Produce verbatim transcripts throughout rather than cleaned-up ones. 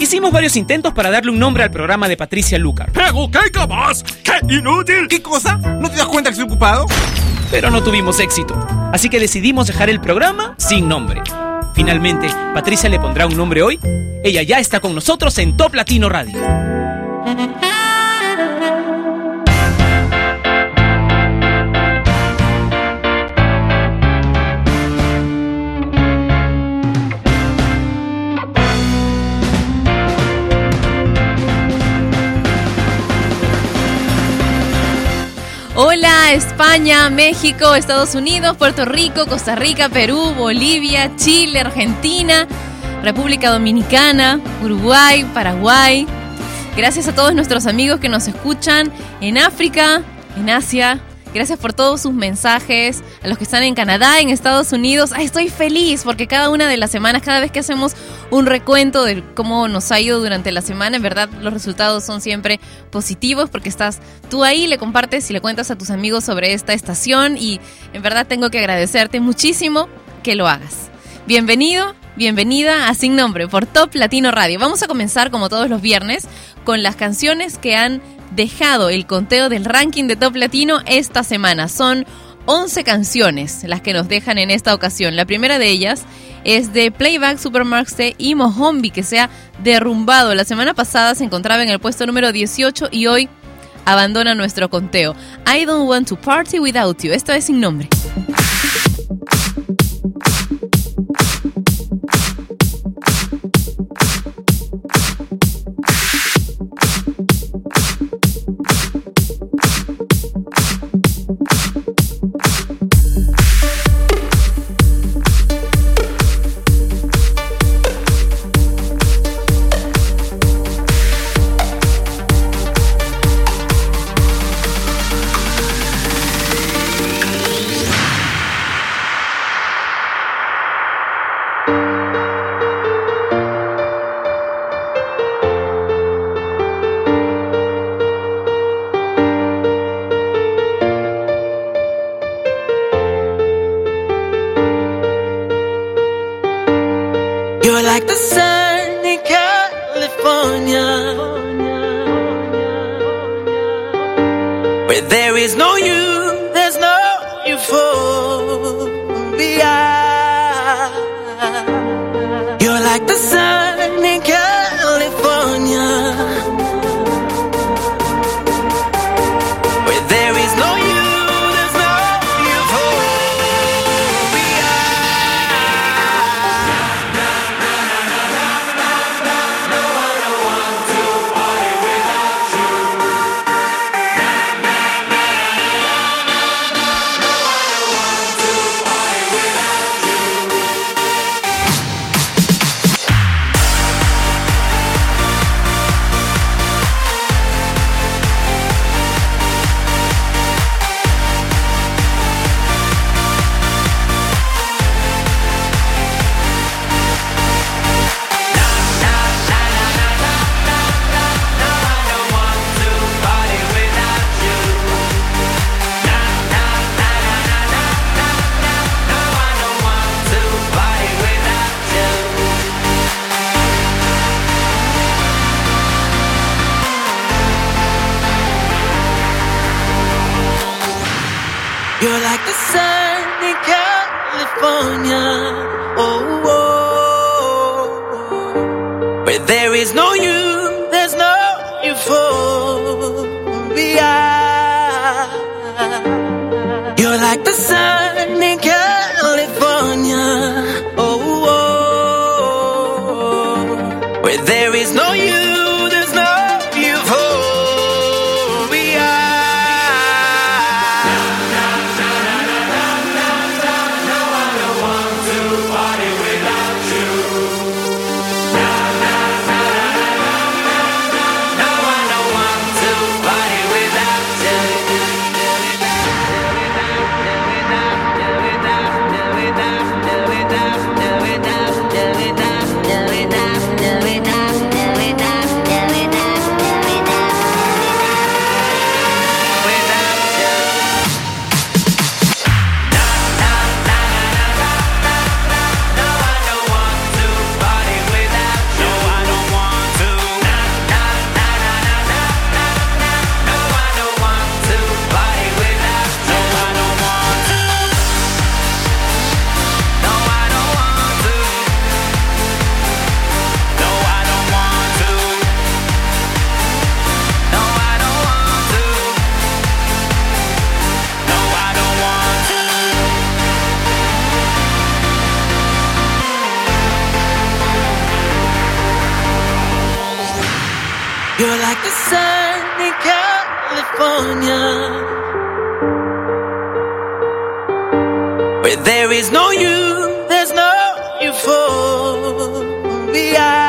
Aunque hicimos varios intentos para darle un nombre al programa de Patricia Lucar. ¿Pero qué capaz? ¡Qué inútil! ¿Qué cosa? ¿No te das cuenta que estoy ocupado? Pero no tuvimos éxito, así que decidimos dejar el programa sin nombre. Finalmente, Patricia le pondrá un nombre hoy. Ella ya está con nosotros en Top Latino Radio. Hola, España, México, Estados Unidos, Puerto Rico, Costa Rica, Perú, Bolivia, Chile, Argentina, República Dominicana, Uruguay, Paraguay. Gracias a todos nuestros amigos que nos escuchan en África, en Asia. Gracias por todos sus mensajes. A los que están en Canadá, en Estados Unidos. Ay, estoy feliz porque cada una de las semanas, cada vez que hacemos un recuento de cómo nos ha ido durante la semana, en verdad los resultados son siempre positivos porque estás tú ahí, le compartes y le cuentas a tus amigos sobre esta estación y en verdad tengo que agradecerte muchísimo que lo hagas. Bienvenido, bienvenida a Sin Nombre por Top Latino Radio. Vamos a comenzar como todos los viernes con las canciones que han dejado el conteo del ranking de Top Latino esta semana. Son once canciones las que nos dejan en esta ocasión. La primera de ellas es de Playback, Supermarket y Mohombi, que se ha derrumbado. La semana pasada se encontraba en el puesto número dieciocho y hoy abandona nuestro conteo. I Don't Want to Party Without You. Esto es Sin Nombre. You're like the sun in California, where there is no you, there's no euphoria. You're like the sun in California, where there is no you. You're like the sun in California, oh, oh, oh, where there is no you, there's no euphoria. You're like the sun in California, oh, oh, oh, where there is no you. You're like the sun in California, where there is no you, there's no euphoria.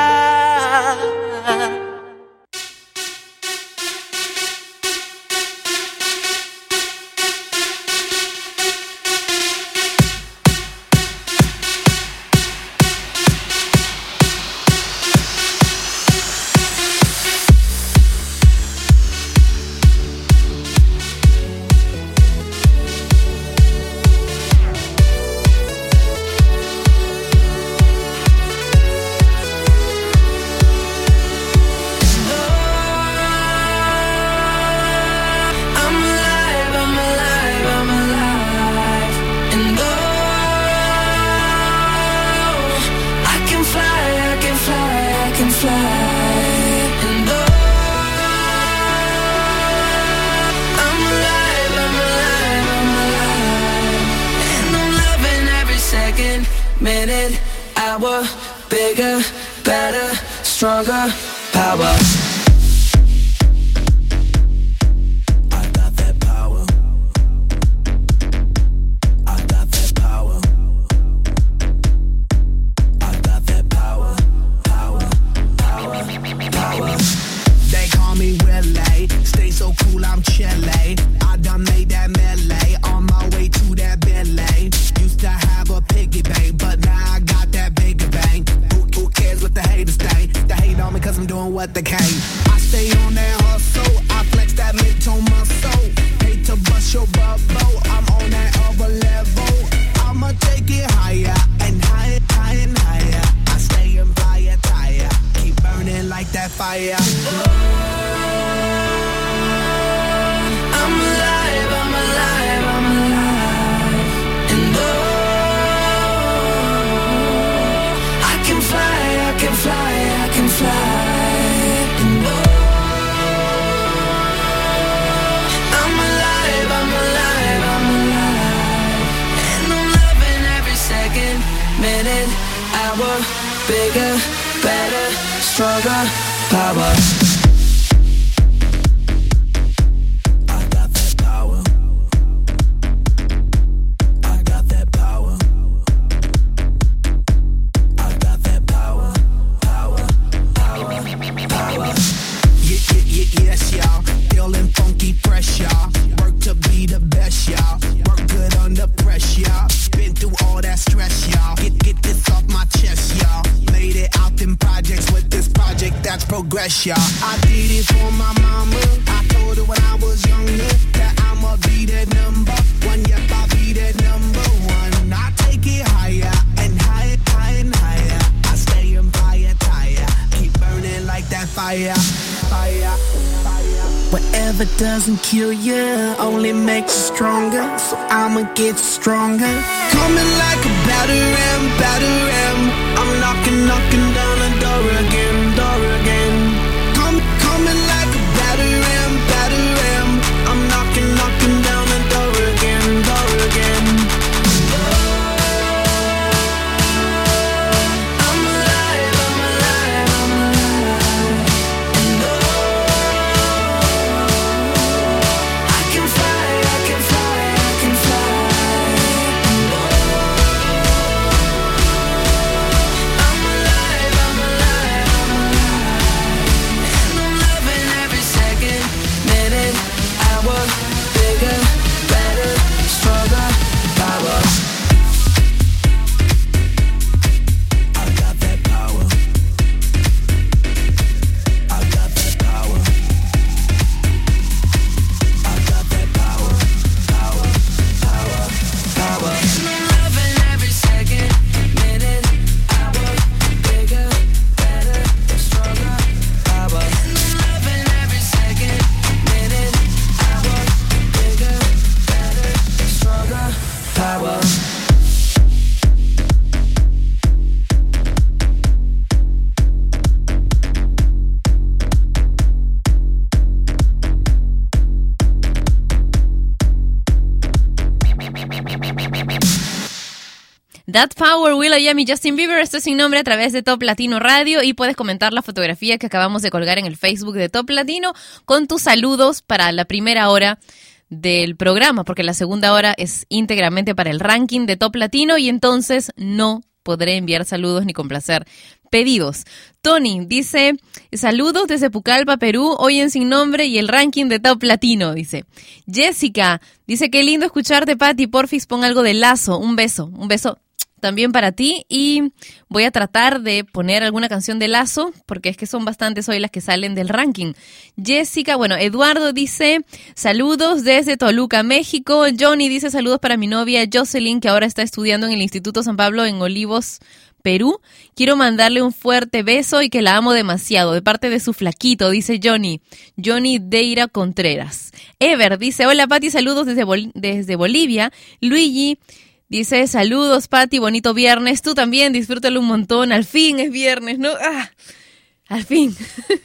Minute, hour, bigger, better, stronger, power. I got that power. I got that power. I got that power. Power, power, power. They call me Willie, stay so cool, I'm chilly. I done made that melee, on my way to that Bentley. Used to have a piggy bank, but now I got that bigger bank. Who, who cares what the haters think? They hate on me cause I'm doing what they can. I stay on that hustle, I flex that mid-tone muscle. Hate to bust your bubble, I'm on that other level. I'ma take it higher, and higher, higher, and higher. I stay in fire, tire, keep burning like that fire. I'm alive, I'm alive, I'm alive. And oh, I can fly, I can fly, I can fly. And oh, I'm alive, I'm alive, I'm alive. And I'm loving every second, minute, hour, bigger, better, stronger, power. Y'all. I did it for my mama. I told her when I was younger that I'ma be that number one. Yep, I'll be that number one. I take it higher and higher, higher and higher. I stay in fire, tire, keep burning like that fire, fire, fire. Whatever doesn't kill you only makes you stronger. So I'ma get stronger. Coming like a batter ram, batter ram. I'm knocking, knocking down the door again, door again. Coming like a batter ram, batter ram. I'm knocking, knocking down the door again, door again. I'm alive, I'm alive, I'm alive. And oh, I can fly, I can fly, I can fly. And oh, I'm alive, I'm alive, I'm alive. That Power, will.i.am y Justin Bieber. Esto es Sin Nombre a través de Top Latino Radio y puedes comentar la fotografía que acabamos de colgar en el Facebook de Top Latino con tus saludos para la primera hora del programa, porque la segunda hora es íntegramente para el ranking de Top Latino y entonces no podré enviar saludos ni complacer pedidos. Tony dice, saludos desde Pucallpa, Perú, hoy en Sin Nombre y el ranking de Top Latino, dice. Jessica dice, qué lindo escucharte, Pati, porfis pon algo de Lazo, un beso, un beso también para ti y voy a tratar de poner alguna canción de Lazo porque es que son bastantes hoy las que salen del ranking. Jessica, bueno, Eduardo dice saludos desde Toluca, México. Johnny dice saludos para mi novia Jocelyn que ahora está estudiando en el Instituto San Pablo en Olivos, Perú. Quiero mandarle un fuerte beso y que la amo demasiado de parte de su flaquito, dice Johnny. Johnny Deira Contreras. Ever dice hola Pati, saludos desde, Bol- desde Bolivia. Luigi dice, saludos, Pati, bonito viernes. Tú también, disfrútalo un montón. Al fin es viernes, ¿no? ¡Ah! Al fin.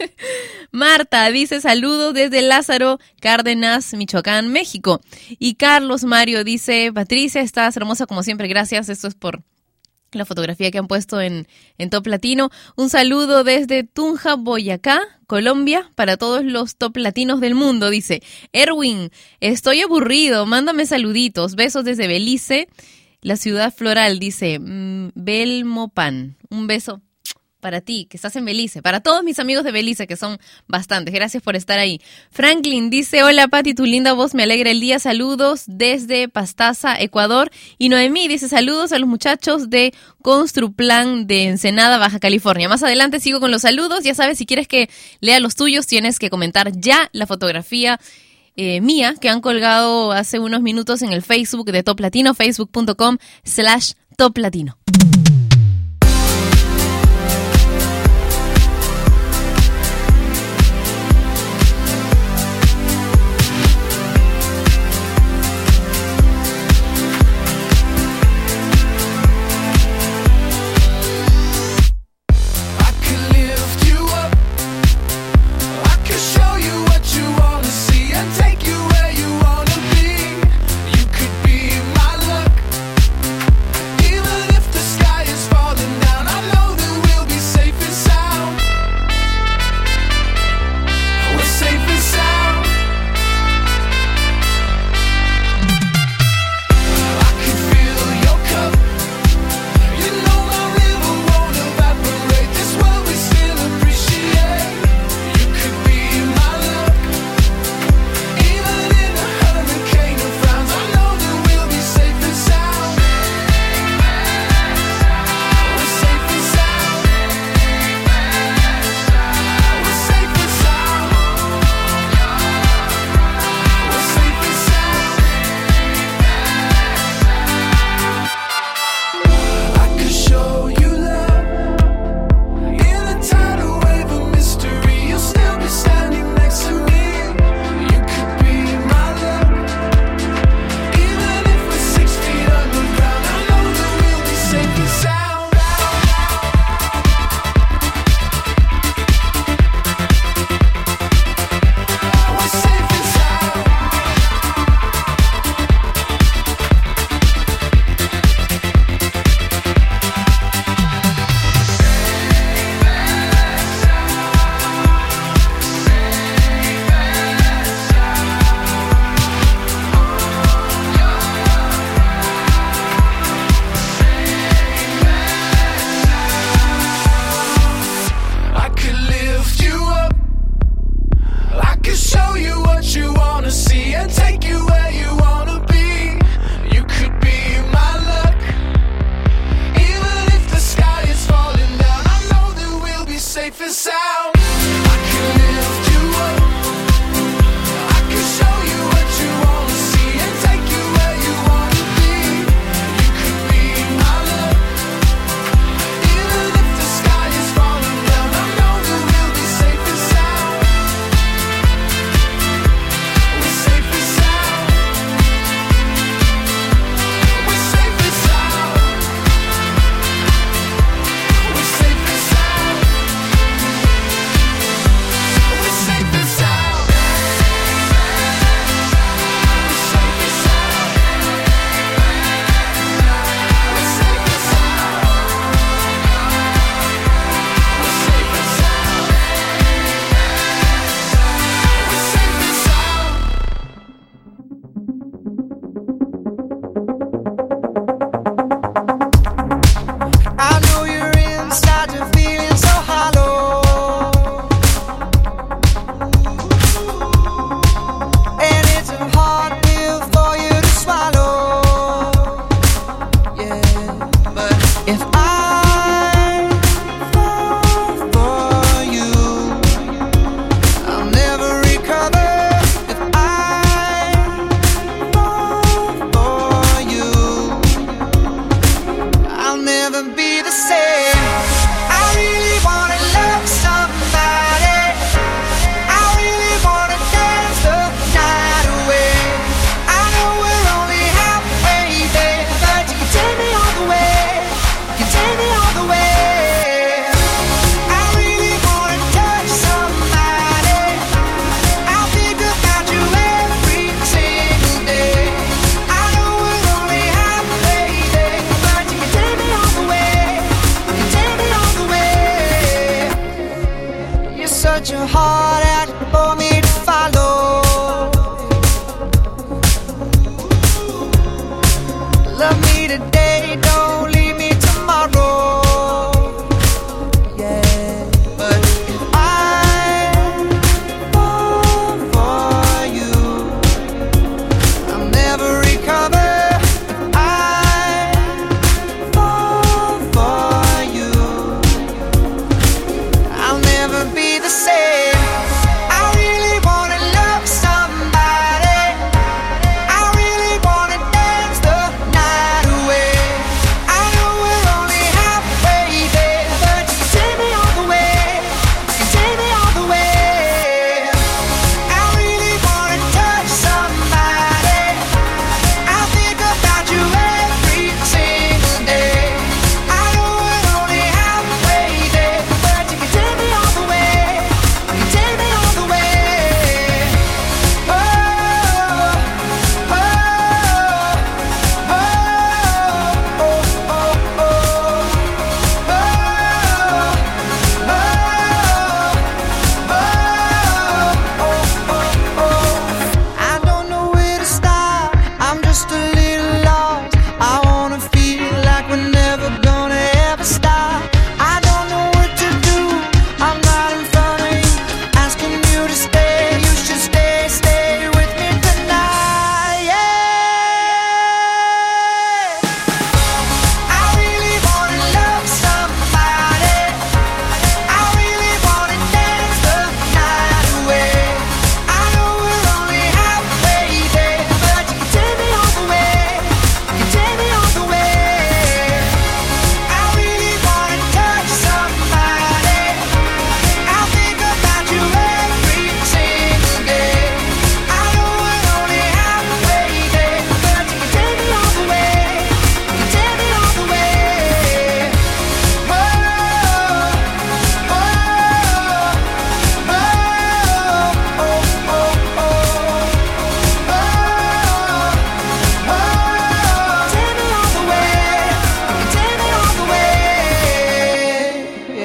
Marta dice, saludos desde Lázaro Cárdenas, Michoacán, México. Y Carlos Mario dice, Patricia, estás hermosa como siempre. Gracias, esto es por la fotografía que han puesto en, en Top Latino. Un saludo desde Tunja, Boyacá, Colombia, para todos los top latinos del mundo, dice. Erwin, estoy aburrido, mándame saluditos. Besos desde Belice, la ciudad floral, dice mmm, Belmopan. Un beso para ti, que estás en Belice, para todos mis amigos de Belice, que son bastantes. Gracias por estar ahí. Franklin dice, hola Pati, tu linda voz me alegra el día. Saludos desde Pastaza, Ecuador. Y Noemí dice, saludos a los muchachos de Construplan de Ensenada, Baja California. Más adelante sigo con los saludos. Ya sabes, si quieres que lea los tuyos, tienes que comentar ya la fotografía eh, mía que han colgado hace unos minutos en el Facebook de Top Latino, facebook.com slash Top Latino. what your heart had for me to follow. Love me today, don't leave me tomorrow. Yeah, but if I fall for you, I'll never recover. If I fall for you, I'll never be the same. I really wanna love somebody. I really wanna dance the night away. I know we're only halfway there, but you can take me all the way. You can take me all the way. I really wanna touch somebody. I think about you every single day. I know we're only halfway there, but you can take me all the way. You can take me all the way. Oh, oh, oh, oh, oh, oh, I don't know where to start. I'm just a little lost. I wanna feel like we're never gonna ever stop. I don't know what to do. I'm not in front of you, asking you to stay. You should stay, stay with me tonight. Yeah. I really wanna love somebody. I really wanna dance the night away. I know we're only halfway there, but you can take me all the way. You can take me all the way. I really wanna touch somebody. I think about you every single day. I know we're only halfway there, but you can take me all the way. You can take me all the way. Oh, oh, oh, oh, oh, oh, oh, oh. Take me all the way. You can take me all the way.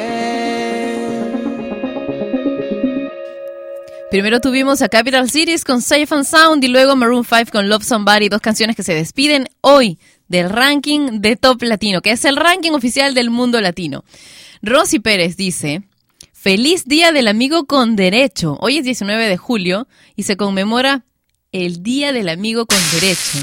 Yeah. Primero tuvimos a Capital Cities con Safe and Sound y luego Maroon five con Love Somebody, dos canciones que se despiden hoy del ranking de Top Latino, que es el ranking oficial del mundo latino. Rosy Pérez dice: Feliz Día del Amigo con Derecho. Hoy es diecinueve de julio y se conmemora el Día del Amigo con Derecho.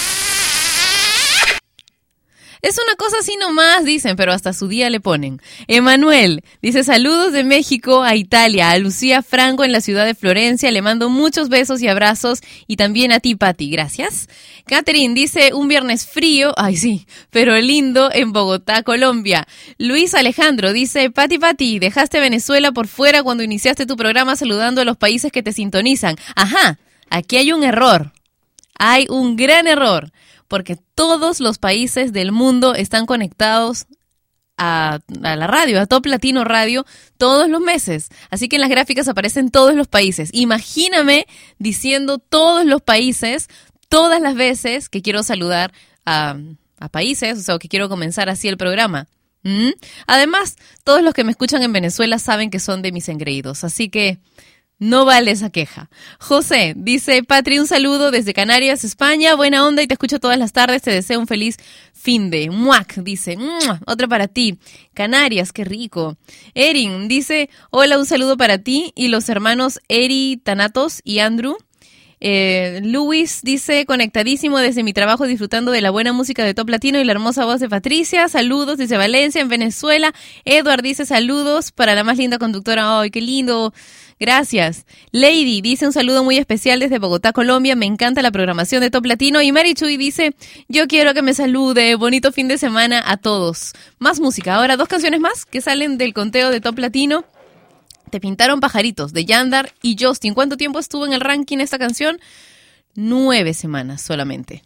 Es una cosa así nomás, dicen, pero hasta su día le ponen. Emanuel dice: saludos de México a Italia, a Lucía Franco en la ciudad de Florencia. Le mando muchos besos y abrazos, y también a ti, Pati. Gracias. Catherine dice: un viernes frío, ay sí, pero lindo en Bogotá, Colombia. Luis Alejandro dice: Pati, Pati, dejaste Venezuela por fuera cuando iniciaste tu programa saludando a los países que te sintonizan. Ajá, aquí hay un error. Hay un gran error. Porque todos los países del mundo están conectados a, a la radio, a Top Latino Radio, todos los meses. Así que en las gráficas aparecen todos los países. Imagíname diciendo todos los países, todas las veces que quiero saludar a, a países, o sea, que quiero comenzar así el programa. ¿Mm? Además, todos los que me escuchan en Venezuela saben que son de mis engreídos. Así que no vale esa queja. José dice: Patri, un saludo desde Canarias, España. Buena onda y te escucho todas las tardes. Te deseo un feliz fin de. Muac dice: otra para ti. Canarias, qué rico. Erin dice: hola, un saludo para ti y los hermanos Eri, Thanatos y Andrew. Eh, Luis dice: conectadísimo desde mi trabajo, disfrutando de la buena música de Top Latino y la hermosa voz de Patricia. Saludos desde Valencia, en Venezuela. Edward dice: saludos para la más linda conductora. ¡Ay, qué lindo! Gracias. Lady dice: un saludo muy especial desde Bogotá, Colombia. Me encanta la programación de Top Latino. Y Mary Chuy dice: yo quiero que me salude. Bonito fin de semana a todos. Más música. Ahora dos canciones más que salen del conteo de Top Latino. Te pintaron pajaritos, de Yandar y Justin. ¿Cuánto tiempo estuvo en el ranking esta canción? Nueve semanas solamente.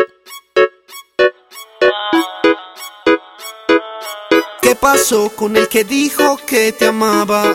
¿Qué pasó con el que dijo que te amaba?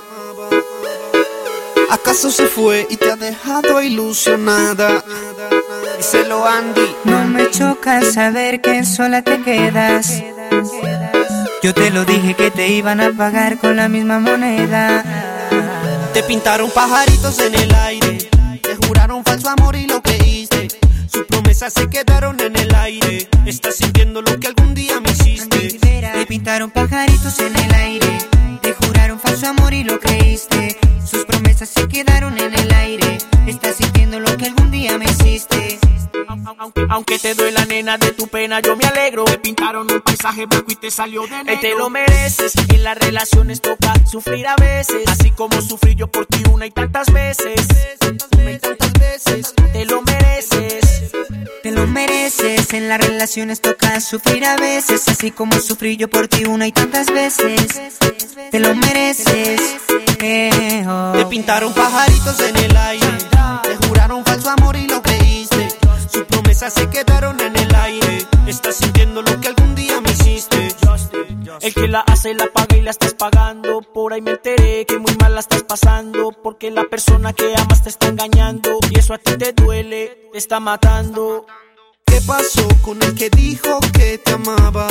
¿Acaso se fue y te ha dejado ilusionada? Díselo, Andy. No me choca saber que sola te quedas. Yo te lo dije que te iban a pagar con la misma moneda. Te pintaron pajaritos en el aire, te juraron falso amor y lo creíste. Sus promesas se quedaron en el aire. Estás sintiendo lo que algún día me hiciste. Te pintaron pajaritos en el aire, te juraron falso amor y lo creíste. Sus promesas se quedaron en el aire. Estás sintiendo lo que algún día me hiciste. Aunque, aunque te duela, nena, de tu pena yo me alegro. Te pintaron un paisaje blanco y te salió de negro. Te lo mereces, en las relaciones toca sufrir a veces, así como sufrí yo por ti una y tantas veces. Una y tantas veces, te lo mereces. Te lo mereces, en las relaciones toca sufrir a veces, así como sufrí yo por ti una y tantas veces. Te lo mereces, eh, oh. Te pintaron pajaritos en el aire, te juraron falso amor y lo creíste. Sus promesas se quedaron en el aire. Estás sintiendo lo que algún día me hiciste. El que la hace la paga y la estás pagando. Por ahí me enteré que muy mal la estás pasando, porque la persona que amas te está engañando. Y eso a ti te duele, te está matando. ¿Qué pasó con el que dijo que te amaba?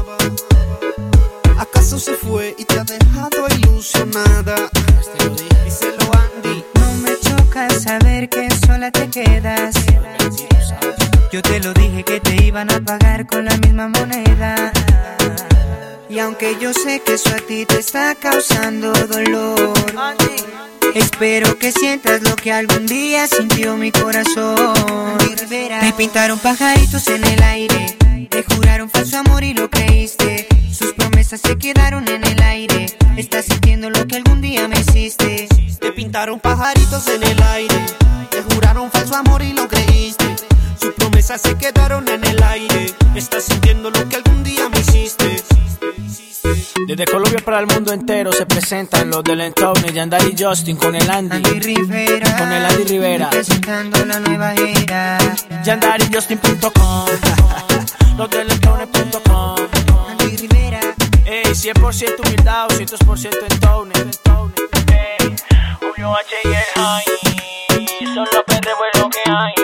¿Acaso se fue y te ha dejado ilusionada? Díselo, Andy. No me choca saber que sola te quedas. Yo te lo dije que te iban a pagar con la misma moneda. Y aunque yo sé que eso a ti te está causando dolor, espero que sientas lo que algún día sintió mi corazón. Te pintaron pajaritos en el aire, te juraron falso amor y lo creíste. Sus promesas se quedaron en el aire. Estás sintiendo lo que algún día me hiciste. Te pintaron pajaritos en el aire, te juraron falso amor y lo creíste. Sus promesas se quedaron en el aire. Estás sintiendo lo que algún día me hiciste. Desde Colombia para el mundo entero se presentan los del Entoune, Yandari y Justin con el Andy, Andy Rivera, con el Andy Rivera, presentando la nueva era. Yandari Justin punto com, los del Entoune punto com. Andy Rivera, ey, cien por ciento humildad, doscientos por ciento Entoune. Ey, Julio H y el High, son los perros es lo que hay.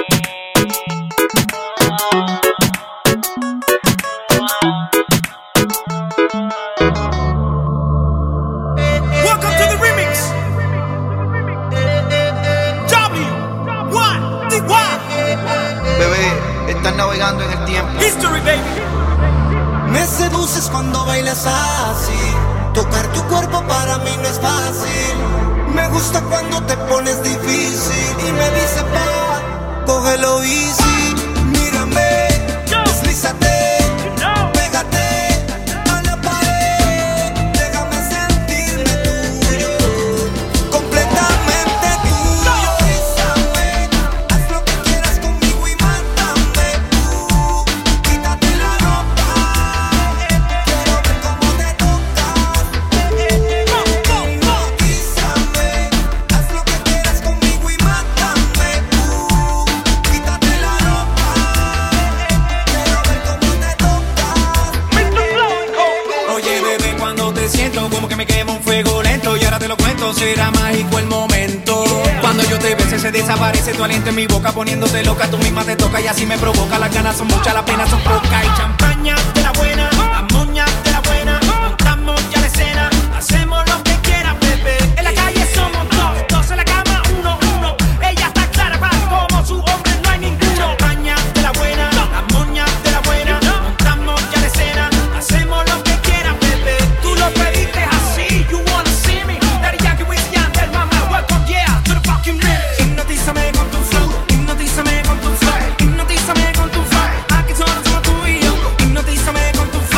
Welcome to the remix. W one D Y. Bebé, estás navegando en el tiempo. History, baby. Me seduces cuando bailas así. Tocar tu cuerpo para mí no es fácil. Me gusta cuando te pones difícil y me dice pa, cógelo easy. Mírame, deslízate. Será mágico el momento. Cuando yo te bese se desaparece tu aliento en mi boca, poniéndote loca, tú misma te toca y así me provoca. Las ganas son muchas, las penas son pocas. Y champaña de la buena, la moña de la buena. Montamos ya la escena, hacemos lo que quieras, bebé. En la calle somos dos, dos en la cama, uno, uno. Ella está clara, para como su hombre no hay ninguno. Champaña de la buena, la moña de la buena. Montamos ya la escena, hacemos lo que quieras, bebé. Tú lo pediste así, you wanna see me. Hipnotízame con tu flow, hipnotízame con tu flow, hipnotízame con tu flow. Aquí solo somos tú y yo. Hipnotízame con tu flow.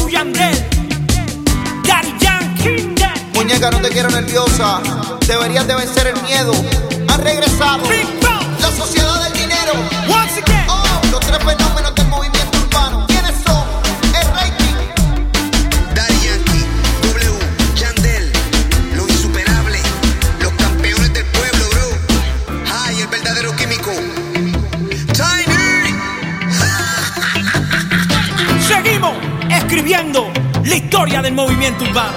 Yandel, Daddy Yankee. Muñeca, no te quiero nerviosa. Deberías de vencer el miedo. Han regresado la sociedad del dinero. Once again. Oh, los tres fenómenos del movimiento urbano. ¿Quiénes son? El rating. Daddy Yankee, W, Yandel, los insuperables, los campeones del pueblo, bro. Ay, el verdadero químico. Tiny. Seguimos escribiendo la historia del movimiento urbano.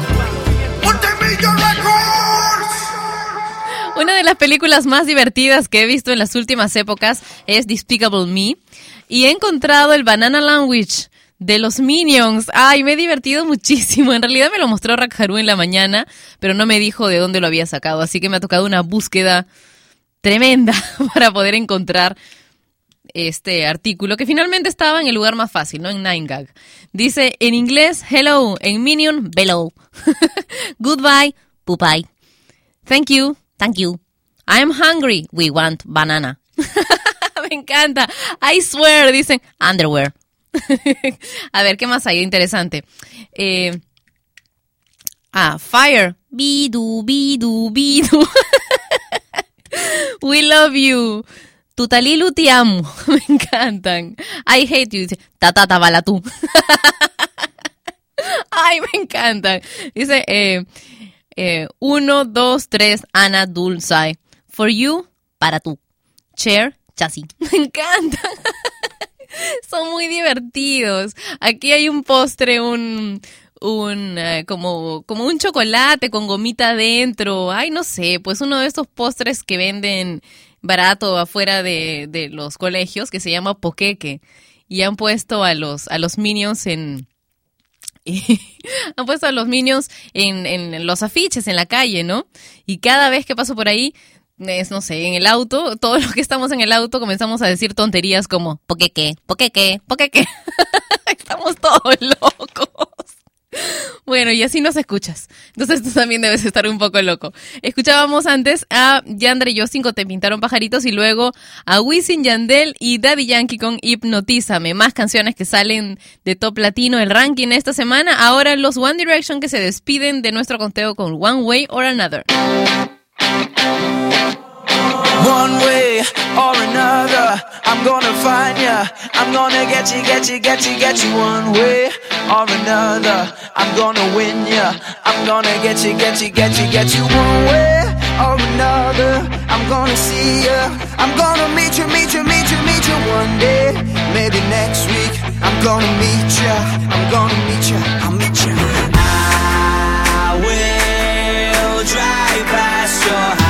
Una de las películas más divertidas que he visto en las últimas épocas es Despicable Me. Y he encontrado el Banana Language de los Minions. Ay, me he divertido muchísimo. En realidad me lo mostró Rakharu en la mañana, pero no me dijo de dónde lo había sacado. Así que me ha tocado una búsqueda tremenda para poder encontrar este artículo, que finalmente estaba en el lugar más fácil, ¿no? En nine gag. Dice en inglés, hello. En Minion, bellow. Goodbye, pupai. Thank you. Thank you. I'm hungry. We want banana. Me encanta. I swear, dicen underwear. A ver, ¿qué más hay? Interesante. Eh, ah, fire. Bidu, bidu, bidu. We love you. Tutalilu te amo. Me encantan. I hate you. Dice, tatata bala tú. Ay, me encantan. Dice, eh, Eh, uno, dos, tres, Ana Dulce. For you, para tú. Chair, chasis. Me encantan. Son muy divertidos. Aquí hay un postre, un, un uh, como, como un chocolate con gomita adentro. Ay, no sé, pues uno de estos postres que venden barato afuera de, de los colegios, que se llama poqueque. Y han puesto a los, a los Minions en... han puesto a los Minions en, en los afiches en la calle, ¿no? Y cada vez que paso por ahí, es, no sé, en el auto, todos los que estamos en el auto comenzamos a decir tonterías como poqueque, poqueque, poqueque. Estamos todos locos. Bueno, y así nos escuchas. Entonces tú también debes estar un poco loco. Escuchábamos antes a Yandre y Justin con Te Pintaron Pajaritos y luego a Wisin, Yandel y Daddy Yankee con Hipnotízame. Más canciones que salen de Top Latino, el ranking esta semana. Ahora los One Direction que se despiden de nuestro conteo con One Way or Another. One way or another, I'm gonna find ya. I'm gonna get you, get you, get you, get you. One way or another, I'm gonna win ya. I'm gonna get you, get you, get you, get you. One way or another, I'm gonna see ya. I'm gonna meet you, meet you, meet you, meet you. One day, maybe next week, I'm gonna meet ya. I'm gonna meet ya, I'll meet ya. I will drive past your house.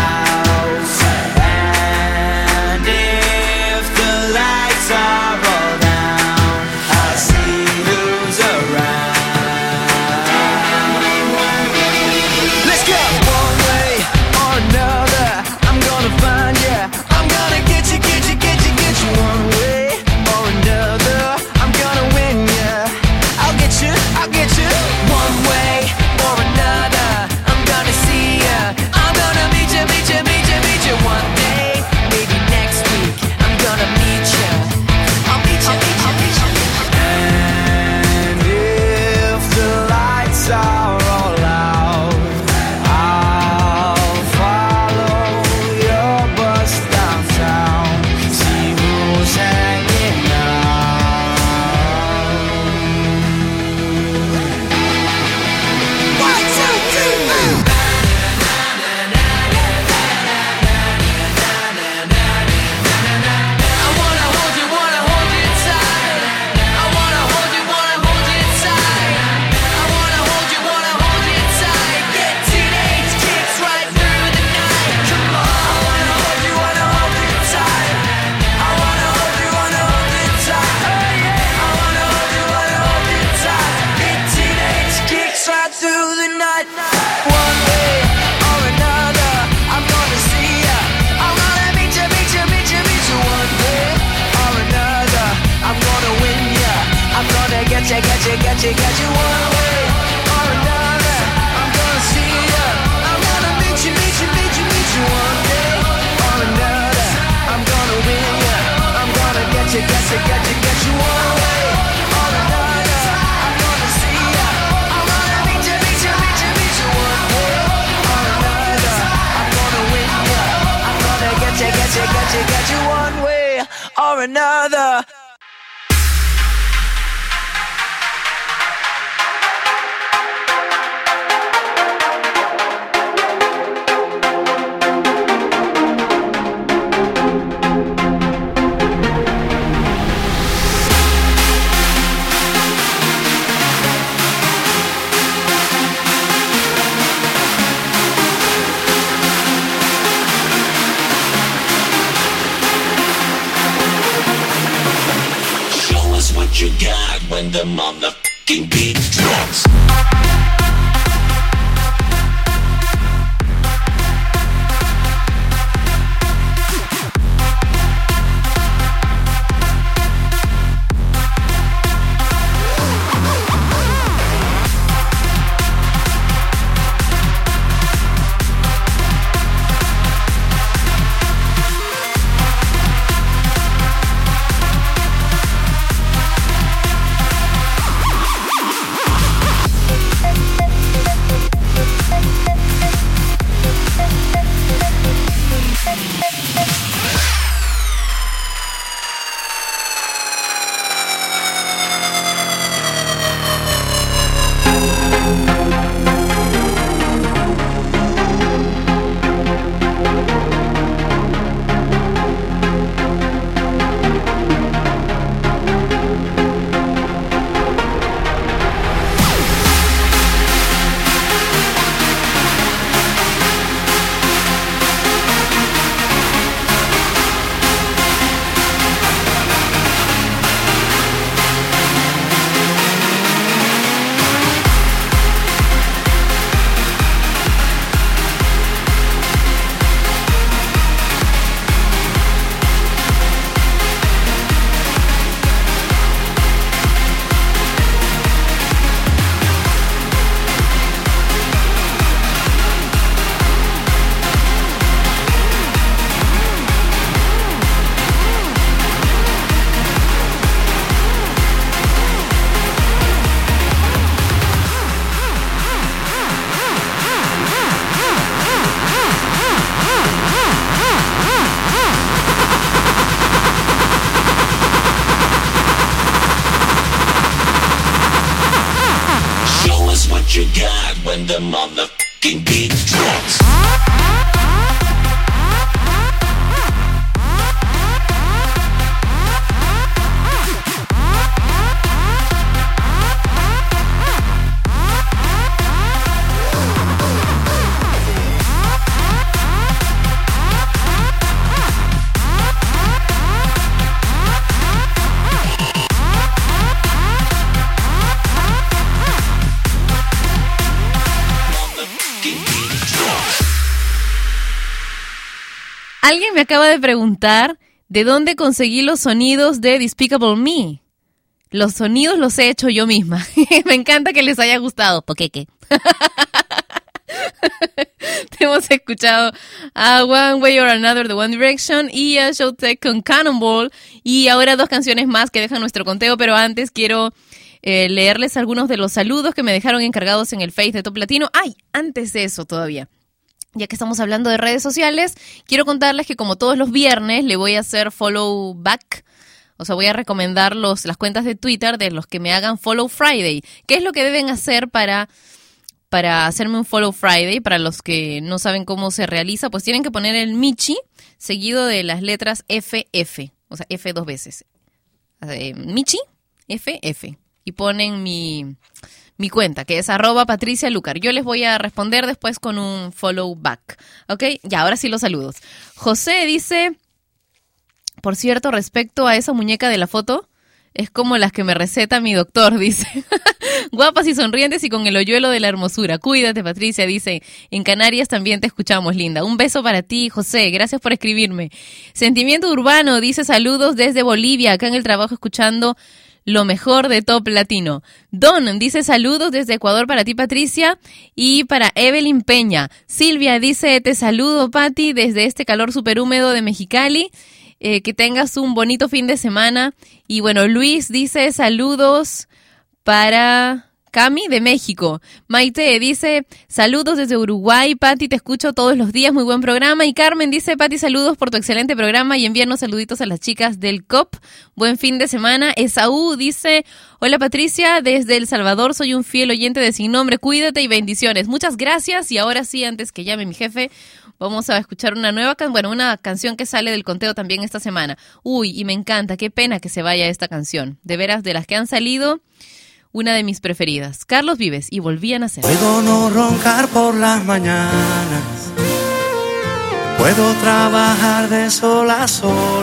Get you, get you one way or another. I'm gonna see ya. I'm gonna meet you, meet you, meet you, meet you one day or another. I'm gonna win ya. I'm gonna get you, get you, get you, get you one way or another. I'm gonna see you, get you one way or another. What you got when the motherfucking beat drops? You got when the motherfucking beat drops. Alguien me acaba de preguntar de dónde conseguí los sonidos de Despicable Me. Los sonidos los he hecho yo misma. Me encanta que les haya gustado. Poqueque. Hemos escuchado a One Way or Another de One Direction y a Showtek con Cannonball. Y ahora dos canciones más que dejan nuestro conteo, pero antes quiero eh, leerles algunos de los saludos que me dejaron encargados en el Face de Top Latino. ¡Ay! Antes de eso todavía. Ya que estamos hablando de redes sociales, quiero contarles que como todos los viernes le voy a hacer follow back, o sea, voy a recomendar los, las cuentas de Twitter de los que me hagan Follow Friday. ¿Qué es lo que deben hacer para, para hacerme un Follow Friday? Para los que no saben cómo se realiza, pues tienen que poner el Michi seguido de las letras F F, o sea, F dos veces. Eh, Michi, F F. Y ponen mi... mi cuenta, que es arroba Patricia Lucar. Yo les voy a responder después con un follow back. ¿Ok? Ya, ahora sí los saludos. José dice, por cierto, respecto a esa muñeca de la foto, es como las que me receta mi doctor, dice. Guapas y sonrientes y con el hoyuelo de la hermosura. Cuídate, Patricia, dice. En Canarias también te escuchamos, linda. Un beso para ti, José. Gracias por escribirme. Sentimiento Urbano dice, saludos desde Bolivia, acá en el trabajo escuchando lo mejor de Top Latino. Don dice saludos desde Ecuador para ti, Patricia, y para Evelyn Peña. Silvia dice te saludo, Pati, desde este calor súper húmedo de Mexicali. Eh, que tengas un bonito fin de semana. Y bueno, Luis dice saludos para Cami de México. Maite dice, saludos desde Uruguay. Pati, te escucho todos los días, muy buen programa. Y Carmen dice, Pati, saludos por tu excelente programa y envíanos saluditos a las chicas del C O P. Buen fin de semana. Esaú dice, hola Patricia, desde El Salvador, soy un fiel oyente de Sin Nombre, cuídate y bendiciones. Muchas gracias. Y ahora sí, antes que llame mi jefe, vamos a escuchar una nueva canción, bueno, una canción que sale del conteo también esta semana. Uy, y me encanta, qué pena que se vaya esta canción. De veras, de las que han salido, una de mis preferidas. Carlos Vives y Volví a Nacer. Puedo no roncar por las mañanas, puedo trabajar de sol a sol,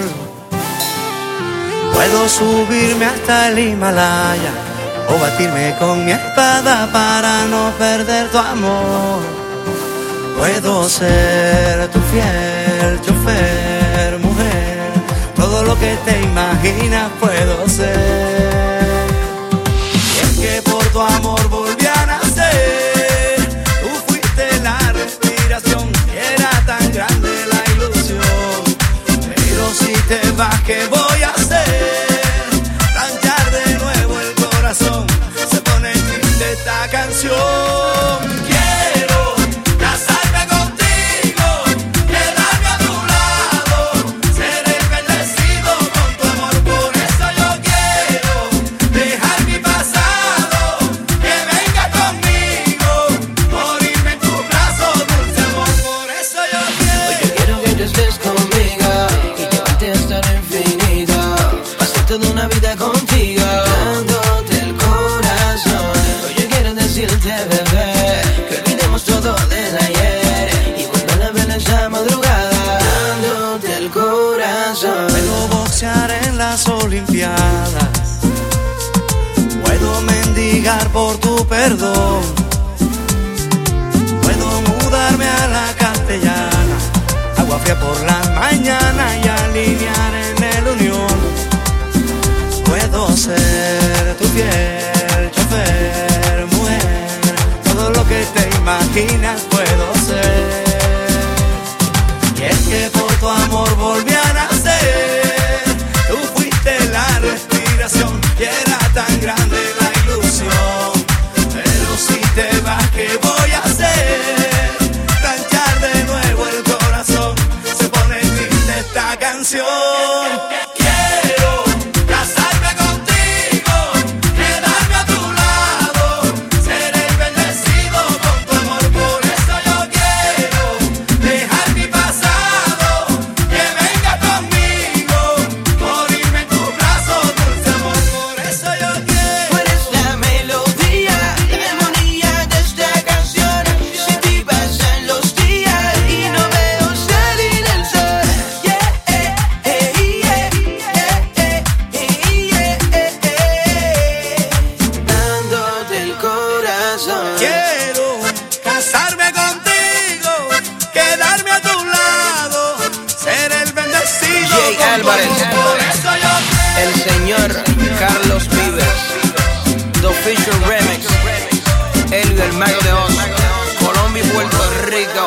puedo subirme hasta el Himalaya o batirme con mi espada para no perder tu amor. Puedo ser tu fiel chofer, mujer, todo lo que te imaginas puedo ser. Que por tu amor volví a nacer, tú fuiste la respiración, era tan grande la ilusión. Pero si te vas, ¿qué voy a hacer? Planchar de nuevo el corazón, se pone triste esta canción. Quiero casarme contigo, quedarme a tu lado, ser el bendecido con tu amor, por eso yo quiero dejar mi pasado. Toda una vida contigo, dándote el corazón. Hoy yo quiero decirte, bebé, que olvidemos todo del ayer y vuelva a la vela esa madrugada, dándote el corazón. Puedo boxear en las olimpiadas, puedo mendigar por tu perdón, puedo mudarme a la castellana, agua fría por las mañanas y alinear en el Unión. Puedo ser tu fiel chofer, mujer, todo lo que te imaginas puedo ser. Y es que por tu amor volví a nacer, tú fuiste la respiración y era tan grande la ilusión. Pero si te vas, ¿qué voy a hacer? Planchar de nuevo el corazón, se pone triste esta canción. El señor Carlos Vives, The Official Remix, Elio el Mago de Oz, Colombia y Puerto Rico.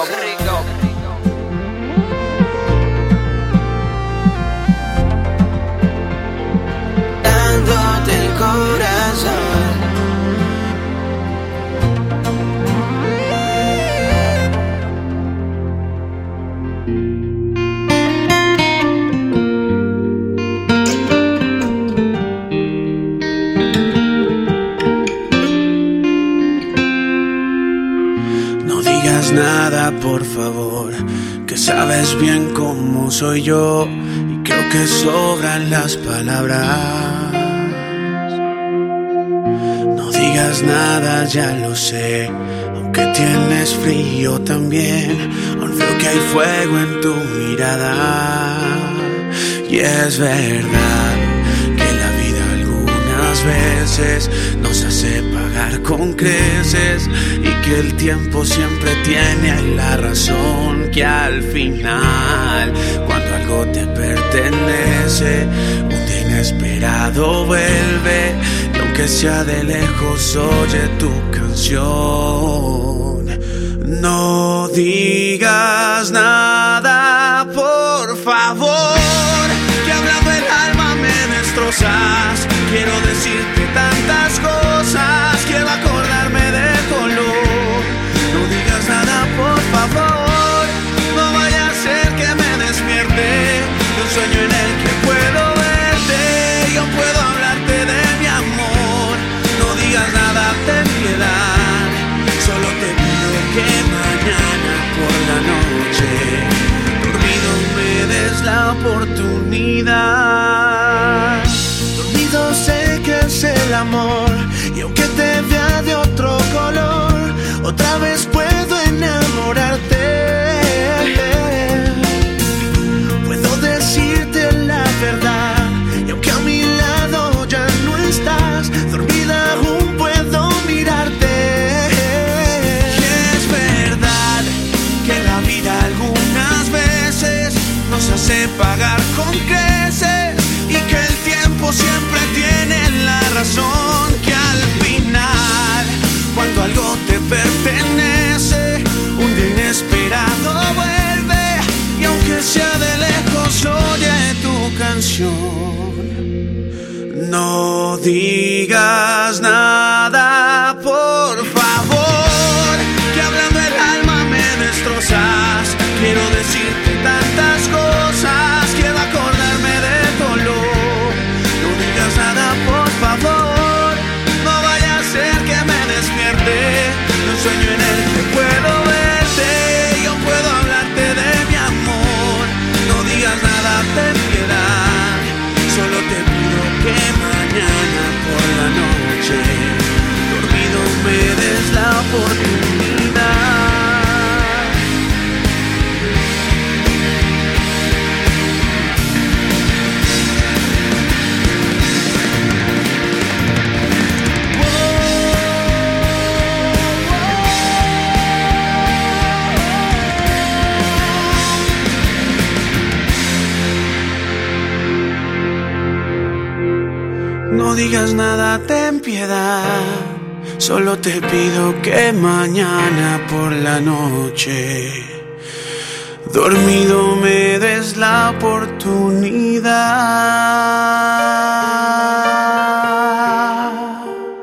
Dándote el corazón. Nada, por favor, que sabes bien cómo soy yo y creo que sobran las palabras. No digas nada, ya lo sé, aunque tienes frío también, aún veo que hay fuego en tu mirada. Y es verdad que la vida algunas veces nos hace pagar con creces y que el tiempo siempre tiene la razón, que al final cuando algo te pertenece un día inesperado vuelve y aunque sea de lejos oye tu canción. No digas nada, por favor, que hablando el alma me destrozas. Quiero decirte tantas cosas, quiero acordar otra vez puedo enamorarte. Puedo decirte la verdad, y aunque a mi lado ya no estás, dormida aún puedo mirarte. Y es verdad que la vida algunas veces nos hace pagar con creces, y que el tiempo siempre tiene la razón, que al final, cuando algo te pertenece, un día inesperado vuelve, y aunque sea de lejos oye tu canción. No digas nada, por favor, que hablando el alma me destrozas. Quiero decirte tantas cosas, quiero acordarme de dolor. No digas nada, por favor, no vaya a ser que me despierte de un sueño en el que puedo verte. Yo puedo hablarte de mi amor. No digas nada, ten piedad. Solo te pido que mañana por la noche, dormido, me des la oportunidad. No digas nada, ten piedad. Solo te pido que mañana por la noche, dormido, me des la oportunidad.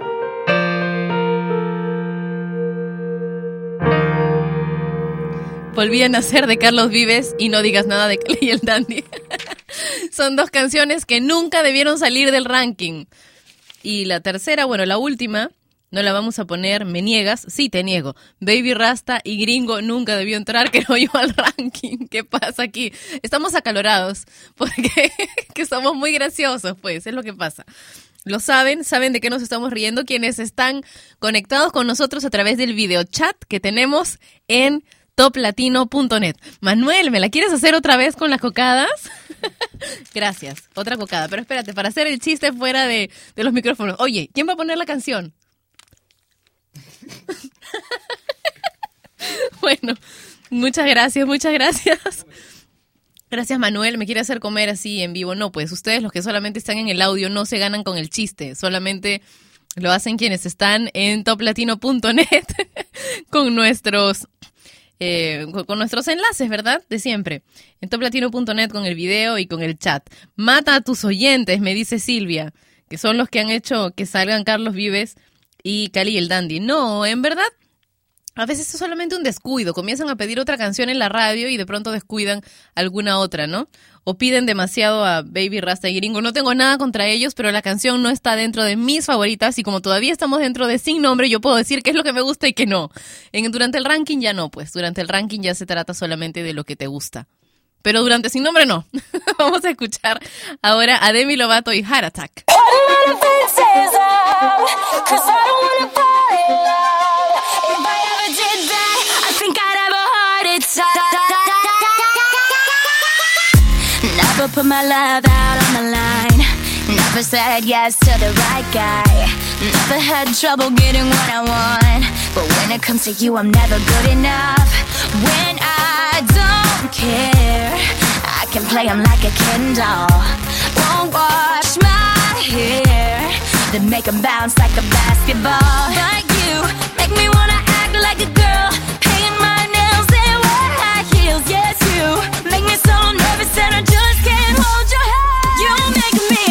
Volví a nacer de Carlos Vives y No digas nada de Cali y el Dandy. Son dos canciones que nunca debieron salir del ranking. Y la tercera, bueno, la última, no la vamos a poner, Me niegas, sí te niego. Baby Rasta y Gringo nunca debió entrar, que no iba al ranking. ¿Qué pasa aquí? Estamos acalorados porque que somos muy graciosos, pues, es lo que pasa. Lo saben, saben de qué nos estamos riendo quienes están conectados con nosotros a través del video chat que tenemos en top latino punto net. Manuel, ¿me la quieres hacer otra vez con las cocadas? Gracias, otra cocada. Pero espérate, para hacer el chiste fuera de, de los micrófonos. Oye, ¿quién va a poner la canción? Bueno, muchas gracias, muchas gracias. Gracias, Manuel. ¿Me quiere hacer comer así en vivo? No, pues ustedes, los que solamente están en el audio, no se ganan con el chiste. Solamente lo hacen quienes están en top latino punto net con nuestros... Eh, con nuestros enlaces, ¿verdad? De siempre. En top latino punto net con el video y con el chat. Mata a tus oyentes, me dice Silvia, que son los que han hecho que salgan Carlos Vives y Cali y el Dandy. No, en verdad, a veces es solamente un descuido. Comienzan a pedir otra canción en la radio y de pronto descuidan alguna otra, ¿no? O piden demasiado a Baby Rasta y Gringo. No tengo nada contra ellos, pero la canción no está dentro de mis favoritas y como todavía estamos dentro de Sin Nombre, yo puedo decir qué es lo que me gusta y qué no. En, durante el ranking ya no, pues. Durante el ranking ya se trata solamente de lo que te gusta. Pero durante Sin Nombre no. Vamos a escuchar ahora a Demi Lovato y Heart Attack. Never put my love out on the line. Never said yes to the right guy. Never had trouble getting what I want. But when it comes to you, I'm never good enough. When I don't care, I can play him like a Ken doll. Won't wash my hair, then make him bounce like a basketball. Like you, make me wanna act like a girl, paint my nails and wear high heels. Yes, you make me so nervous and I just can't hold your hand. You make me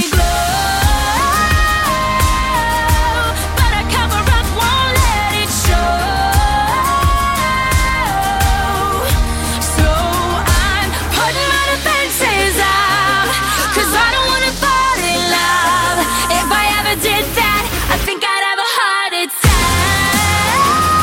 glow, but I cover up, won't let it show. So I'm putting my defenses out, 'cause I don't wanna fall in love. If I ever did that, I think I'd have a heart attack.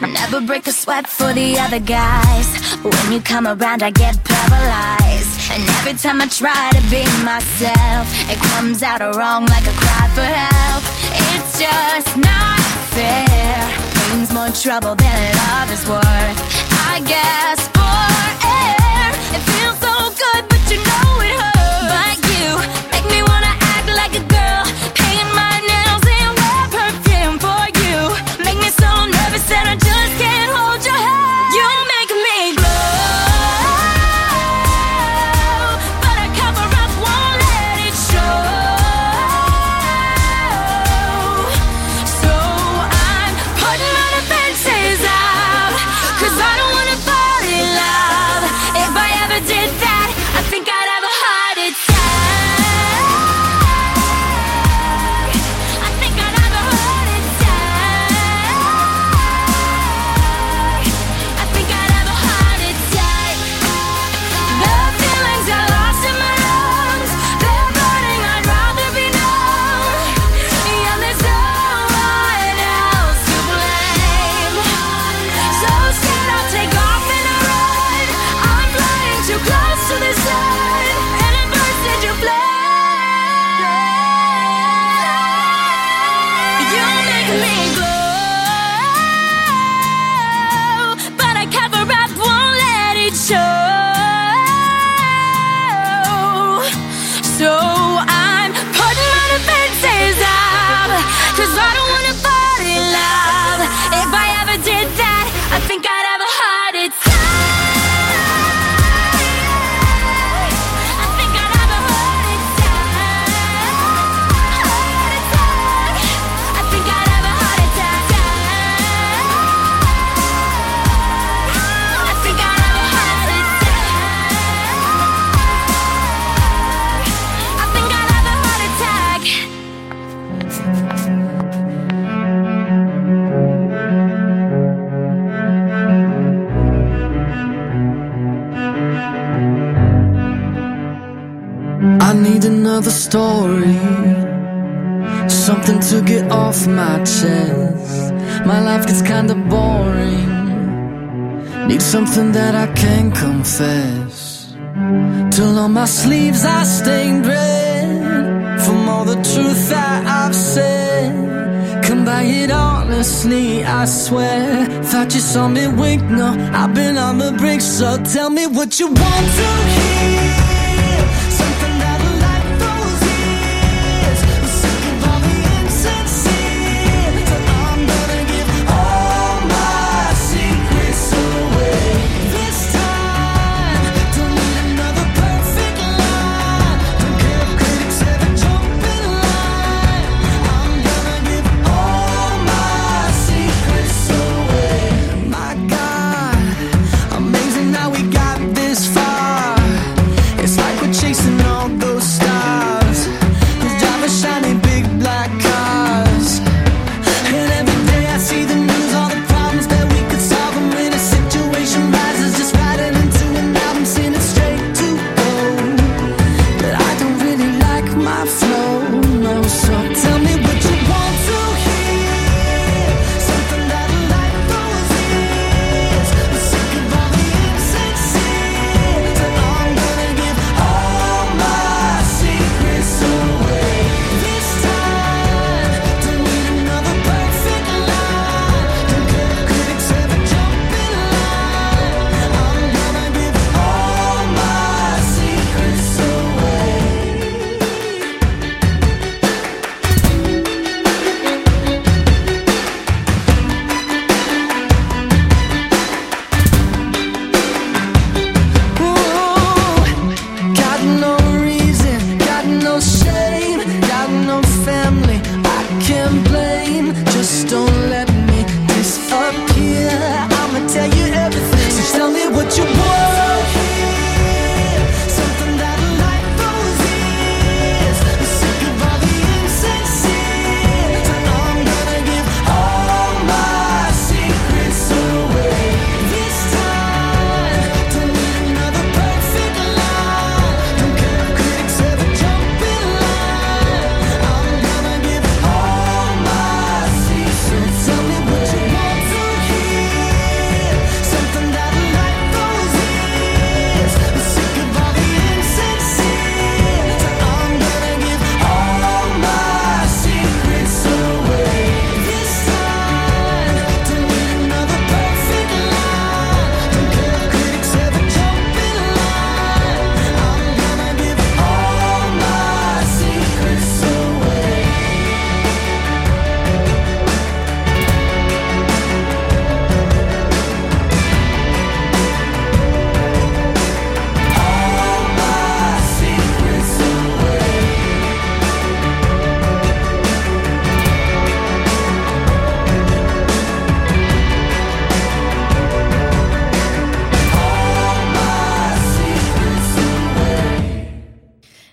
Never break a sweat for the other guys. When you come around, I get paralyzed. And every time I try to be myself, it comes out wrong like a cry for help. It's just not fair. Pain's more trouble than love is worth. I guess for air, it feels so good, but you know it hurts. But you make me wanna act like a girl, paint my nails and wear perfume for you. Make me so nervous that I just can't hold your hand. You make me glow, but I cover up, won't let it show. So I'm putting my defenses out, 'cause I don't wanna fall in love. If I ever did that, I think I'd have a heart attack. I think I'd have a heart attack. I think I'd have a heart attack. The feelings are lost in my lungs, they're burning, I'd rather be numb. Yeah, there's no one else to blame. So scared I'll take off and I run. I'm flying too close to the sun, and it bursts into flame. You make me glow, but I cover up, won't let it show. So I'm putting my defenses out, 'cause I don't wanna fall in love. If I ever did that, I think I'd have a heart attack. I think I'd have a heart attack. Heart attack. I think I'd have a heart attack. I think I'd have a heart attack. I think I'd have a heart attack. I need another story, something to get off my chest. My life gets kinda boring, need something that I can confess. Till on my sleeves I stained red from all the truth that I've said. Come by it honestly, I swear. Thought you saw me wink, no, I've been on the brink. So tell me what you want to hear. Something that'll light those ears. I'm sick of all the insincere. So I'm gonna give all my secrets away. This time, don't need another perfect line. Don't care if critics ever jump in line. I'm gonna give all my secrets away. My God, amazing how we got this far.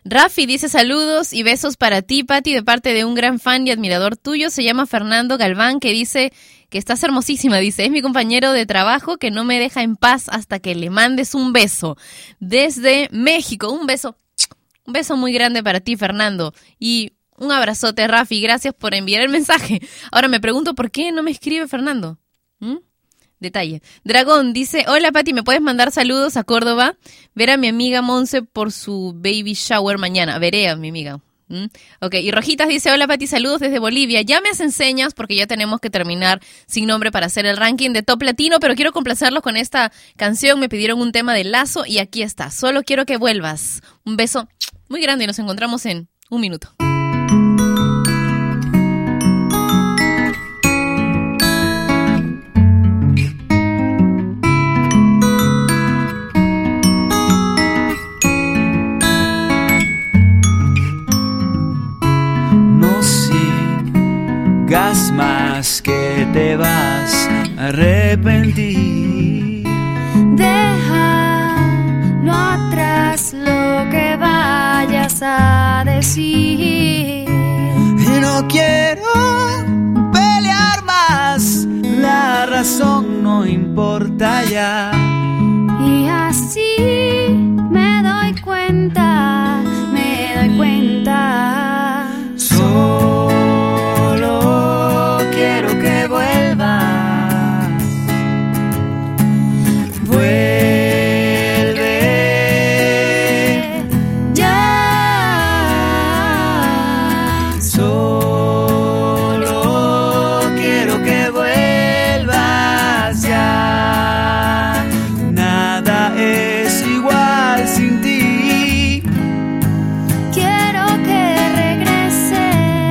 Rafi dice saludos y besos para ti, Pati, de parte de un gran fan y admirador tuyo. Se llama Fernando Galván, que dice que estás hermosísima. Dice, es mi compañero de trabajo que no me deja en paz hasta que le mandes un beso. Desde México, un beso, un beso muy grande para ti, Fernando. Y un abrazote, Rafi. Gracias por enviar el mensaje. Ahora me pregunto, ¿por qué no me escribe Fernando? ¿Mm? Detalle. Dragón dice, hola Pati, ¿me puedes mandar saludos a Córdoba? Ver a mi amiga Monse por su baby shower mañana. Veré a mi amiga. ¿Mm? Ok, y Rojitas dice, hola Pati, saludos desde Bolivia. Ya me hacen señas porque ya tenemos que terminar Sin Nombre para hacer el ranking de Top Latino, pero quiero complacerlos con esta canción. Me pidieron un tema de Lazo y aquí está. Solo quiero que vuelvas. Un beso muy grande y nos encontramos en un minuto. Gas más que te vas a arrepentir. Déjalo atrás lo que vayas a decir. Y no quiero pelear más, la razón no importa ya. Y así me doy cuenta, me doy cuenta. Solo quiero que vuelvas. Vuelve ya. Solo quiero que vuelvas ya. Nada es igual sin ti. Quiero que regreses.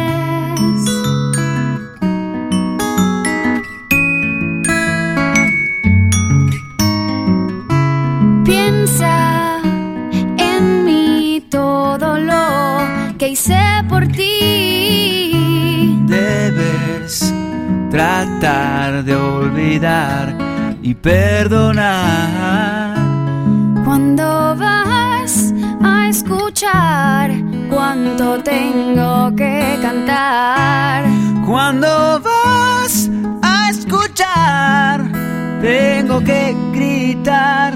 Piensa en mí, todo lo que hice por ti. Debes tratar de olvidar y perdonar. Cuando vas a escuchar cuánto tengo que cantar. Cuando vas a escuchar, tengo que gritar.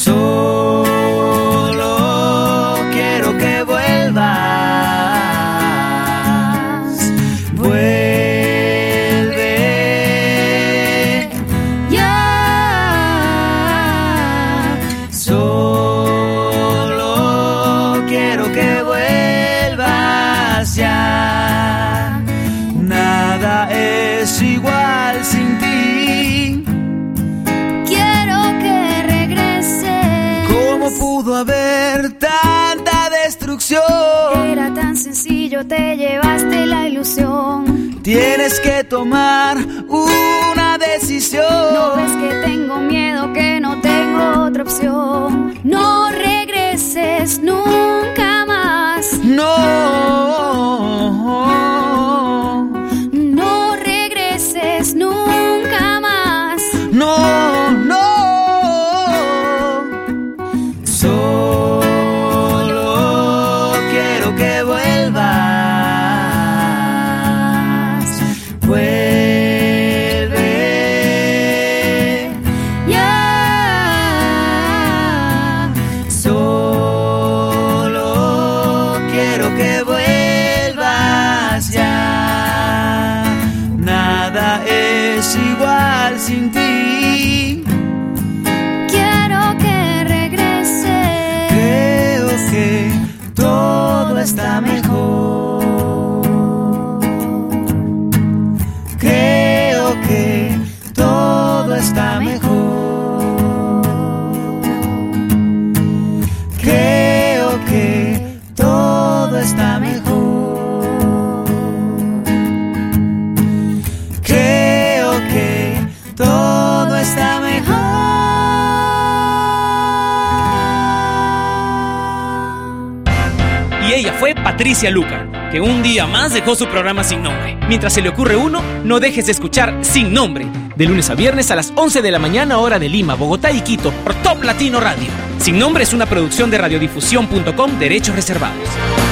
Solo quiero que vuelvas. Vuelve ya. Solo quiero que vuelvas ya. Nada es igual sin ti. Quiero que regreses. ¿Cómo pudo haber tanta destrucción? Era tan sencillo, te llevaste la ilusión. Tienes que tomar una decisión. No ves que tengo miedo, que no tengo otra opción. No regreses nunca más. No. No regreses nunca más. No, no. Solo quiero que vuelvas. Vuelve ya. Solo quiero que vuelvas ya. Nada es igual sin ti. Quiero que regreses. Creo que todo está mejor. Creo que todo está mejor. Creo que todo está mejor. Creo que todo está mejor. Y ella fue Patricia Lucar, que un día más dejó su programa Sin Nombre. Mientras se le ocurre uno, no dejes de escuchar Sin Nombre, de lunes a viernes a las once de la mañana, hora de Lima, Bogotá y Quito, por Top Latino Radio. Sin Nombre es una producción de radiodifusión punto com, derechos reservados.